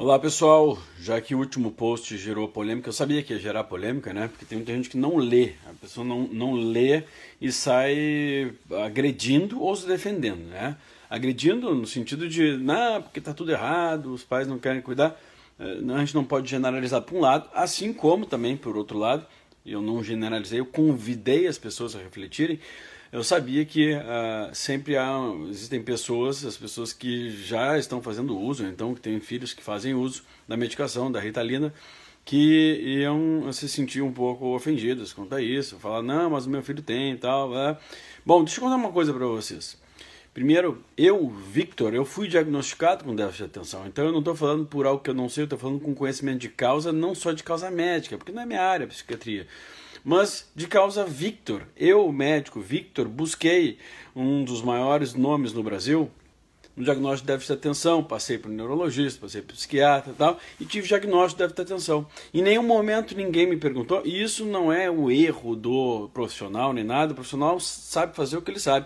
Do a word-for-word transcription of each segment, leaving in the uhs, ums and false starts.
Olá pessoal, já que o último post gerou polêmica, eu sabia que ia gerar polêmica, né? Porque tem muita gente que não lê, a pessoa não, não lê e sai agredindo ou se defendendo, né? Agredindo no sentido de, não, porque tá tudo errado, os pais não querem cuidar. A gente não pode generalizar por um lado, assim como também por outro lado, eu não generalizei, eu convidei as pessoas a refletirem. Eu sabia que uh, sempre há, existem pessoas, as pessoas que já estão fazendo uso, então que têm filhos que fazem uso da medicação, da Ritalina, que iam se sentir um pouco ofendidos quanto a isso, falar, não, mas o meu filho tem e tal. É. Bom, deixa eu contar uma coisa para vocês. Primeiro, eu, Victor, eu fui diagnosticado com déficit de atenção, então eu não estou falando por algo que eu não sei, eu estou falando com conhecimento de causa, não só de causa médica, porque não é minha área, a psiquiatria, mas de causa Victor. Eu, médico Victor, busquei um dos maiores nomes no Brasil no diagnóstico de déficit de atenção, passei por neurologista, passei por psiquiatra e tal, e tive diagnóstico de déficit de atenção. Em nenhum momento ninguém me perguntou, e isso não é o erro do profissional nem nada, o profissional sabe fazer o que ele sabe.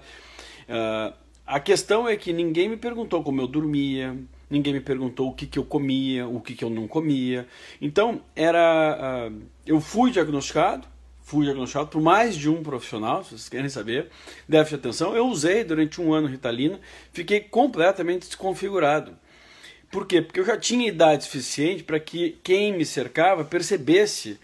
Uh, a questão é que ninguém me perguntou como eu dormia, ninguém me perguntou o que, que eu comia, o que, que eu não comia. Então, era, uh, eu fui diagnosticado, fui diagnosticado por mais de um profissional, se vocês querem saber, déficit de atenção. Eu usei durante um ano Ritalina, fiquei completamente desconfigurado. Por quê? Porque eu já tinha idade suficiente para que quem me cercava percebesse,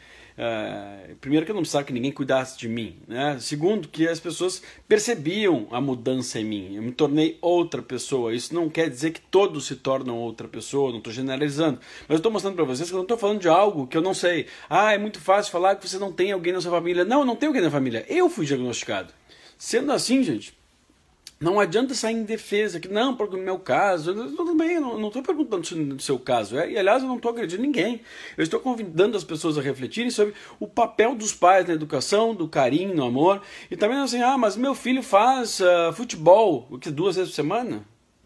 uh, primeiro que eu não precisava que ninguém cuidasse de mim, né? Segundo, que as pessoas percebiam a mudança em mim, eu me tornei outra pessoa. Isso não quer dizer que todos se tornam outra pessoa, não estou generalizando, mas eu estou mostrando para vocês que eu não estou falando de algo que eu não sei. Ah, é muito fácil falar que você não tem alguém na sua família. Não, eu não tenho alguém na família, eu fui diagnosticado. Sendo assim, gente, não adianta sair em defesa, que não, porque no meu caso, tudo bem, eu não estou perguntando no seu caso, é, e aliás eu não estou agredindo ninguém, eu estou convidando as pessoas a refletirem sobre o papel dos pais na educação, do carinho, no amor, e também assim, ah, mas meu filho faz uh, futebol, o que, duas vezes por semana?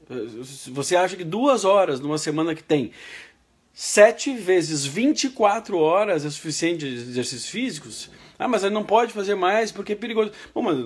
Você acha que duas horas numa semana que tem sete vezes vinte e quatro horas é suficiente de exercícios físicos? Ah, mas ele não pode fazer mais porque é perigoso. Bom, mas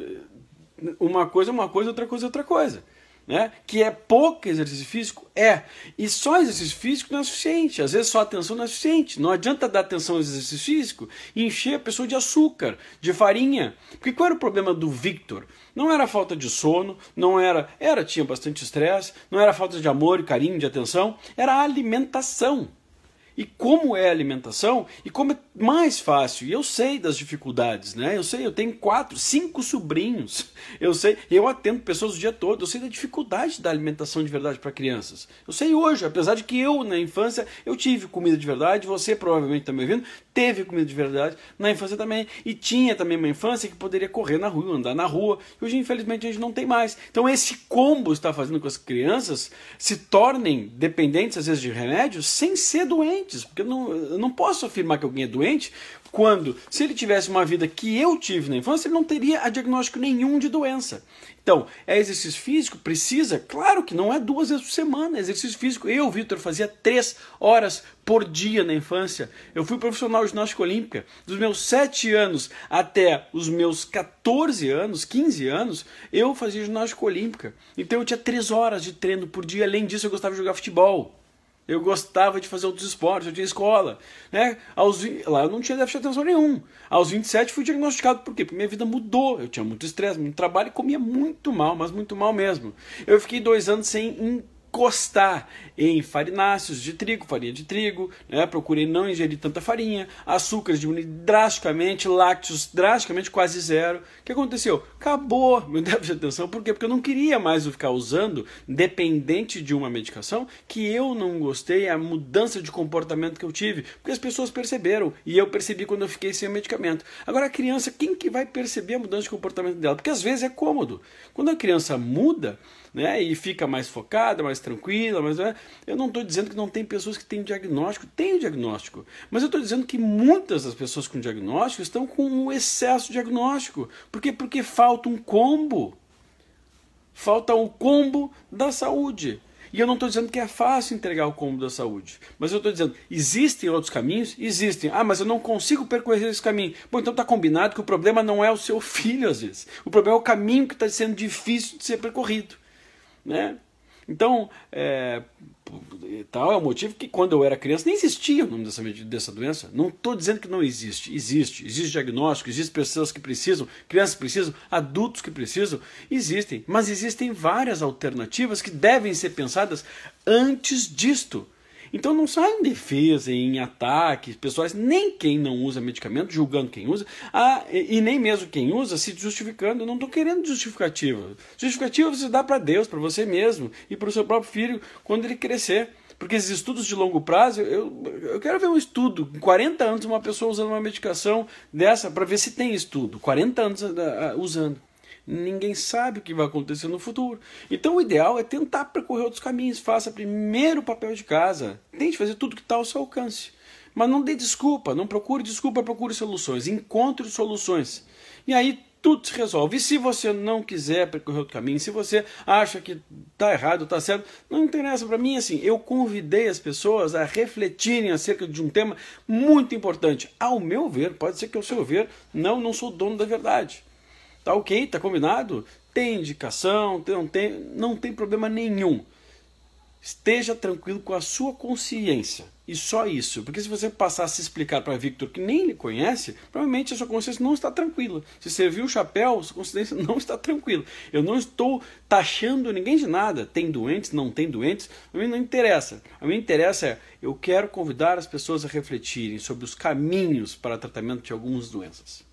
uma coisa é uma coisa, outra coisa é outra coisa. Né? Que é pouco exercício físico? É. E só exercício físico não é suficiente. Às vezes só atenção não é suficiente. Não adianta dar atenção ao exercício físico e encher a pessoa de açúcar, de farinha. Porque qual era o problema do Victor? Não era falta de sono, não era, era tinha bastante estresse, não era falta de amor e carinho, de atenção, era a alimentação. E como é a alimentação, e como é mais fácil, e eu sei das dificuldades, né? Eu sei, eu tenho quatro, cinco sobrinhos, eu sei, eu atendo pessoas o dia todo, eu sei da dificuldade da alimentação de verdade para crianças. Eu sei hoje, apesar de que eu, na infância, eu tive comida de verdade, você provavelmente está me ouvindo, teve comida de verdade na infância também, e tinha também uma infância que poderia correr na rua, andar na rua, e hoje infelizmente a gente não tem mais. Então esse combo está fazendo com que as crianças se tornem dependentes às vezes de remédios sem ser doentes. Porque eu não, eu não posso afirmar que alguém é doente quando, se ele tivesse uma vida que eu tive na infância, ele não teria diagnóstico nenhum de doença. Então, é exercício físico? Precisa? Claro que não é duas vezes por semana. Exercício físico, eu, Vitor, fazia três horas por dia na infância. Eu fui profissional de ginástica olímpica. Dos meus sete anos até os meus quatorze anos, quinze anos, eu fazia ginástica olímpica. Então eu tinha três horas de treino por dia. Além disso, eu gostava de jogar futebol. Eu gostava de fazer outros esportes, eu tinha escola. Né? Aos, lá eu não tinha déficit de atenção nenhum. Aos vinte e sete fui diagnosticado. Por quê? Porque minha vida mudou. Eu tinha muito estresse, muito trabalho e comia muito mal, mas muito mal mesmo. Eu fiquei dois anos sem encostar em farináceos de trigo, farinha de trigo, né? Procurei não ingerir tanta farinha, açúcares diminuí drasticamente, lácteos drasticamente, quase zero. O que aconteceu? Acabou meu déficit de atenção. Por quê? Porque eu não queria mais ficar usando, dependente de uma medicação, que eu não gostei, a mudança de comportamento que eu tive, porque as pessoas perceberam, e eu percebi quando eu fiquei sem o medicamento. Agora a criança, quem que vai perceber a mudança de comportamento dela? Porque às vezes é cômodo. Quando a criança muda, né, e fica mais focada, mais tranquila, mas né, eu não estou dizendo que não tem pessoas que têm diagnóstico, tem o diagnóstico, mas eu estou dizendo que muitas das pessoas com diagnóstico estão com um excesso de diagnóstico. Por quê? Porque falta um combo, falta um combo da saúde. E eu não estou dizendo que é fácil entregar o combo da saúde, mas eu estou dizendo, existem outros caminhos? Existem. Ah, mas eu não consigo percorrer esse caminho. Bom, então está combinado que o problema não é o seu filho às vezes, o problema é o caminho que está sendo difícil de ser percorrido. Né? Então, é, tal é o motivo que quando eu era criança nem existia o nome dessa, dessa doença. Não estou dizendo que não existe. Existe. Existe diagnóstico, existem pessoas que precisam, crianças que precisam, adultos que precisam. Existem. Mas existem várias alternativas que devem ser pensadas antes disto. Então não sai em defesa, em ataques pessoais, nem quem não usa medicamento, julgando quem usa, ah, e, e nem mesmo quem usa se justificando. Eu não estou querendo justificativa. Justificativa você dá para Deus, para você mesmo e para o seu próprio filho quando ele crescer. Porque esses estudos de longo prazo, eu, eu quero ver um estudo, em quarenta anos, uma pessoa usando uma medicação dessa, para ver se tem estudo, quarenta anos usando. Ninguém sabe o que vai acontecer no futuro. Então o ideal é tentar percorrer outros caminhos. Faça primeiro o papel de casa. Tente fazer tudo que está ao seu alcance. Mas não dê desculpa, não procure desculpa, procure soluções. Encontre soluções. E aí tudo se resolve. E se você não quiser percorrer outro caminho, se você acha que está errado, está certo, não interessa. Para mim, assim, eu convidei as pessoas a refletirem acerca de um tema muito importante. Ao meu ver, pode ser que ao seu ver, não, não sou dono da verdade. Tá ok, tá combinado? Tem indicação, não tem, não tem problema nenhum. Esteja tranquilo com a sua consciência. E só isso. Porque se você passar a se explicar para Victor que nem lhe conhece, provavelmente a sua consciência não está tranquila. Se você viu o chapéu, a sua consciência não está tranquila. Eu não estou taxando ninguém de nada. Tem doentes, não tem doentes. A mim não interessa. A mim interessa é, eu quero convidar as pessoas a refletirem sobre os caminhos para tratamento de algumas doenças.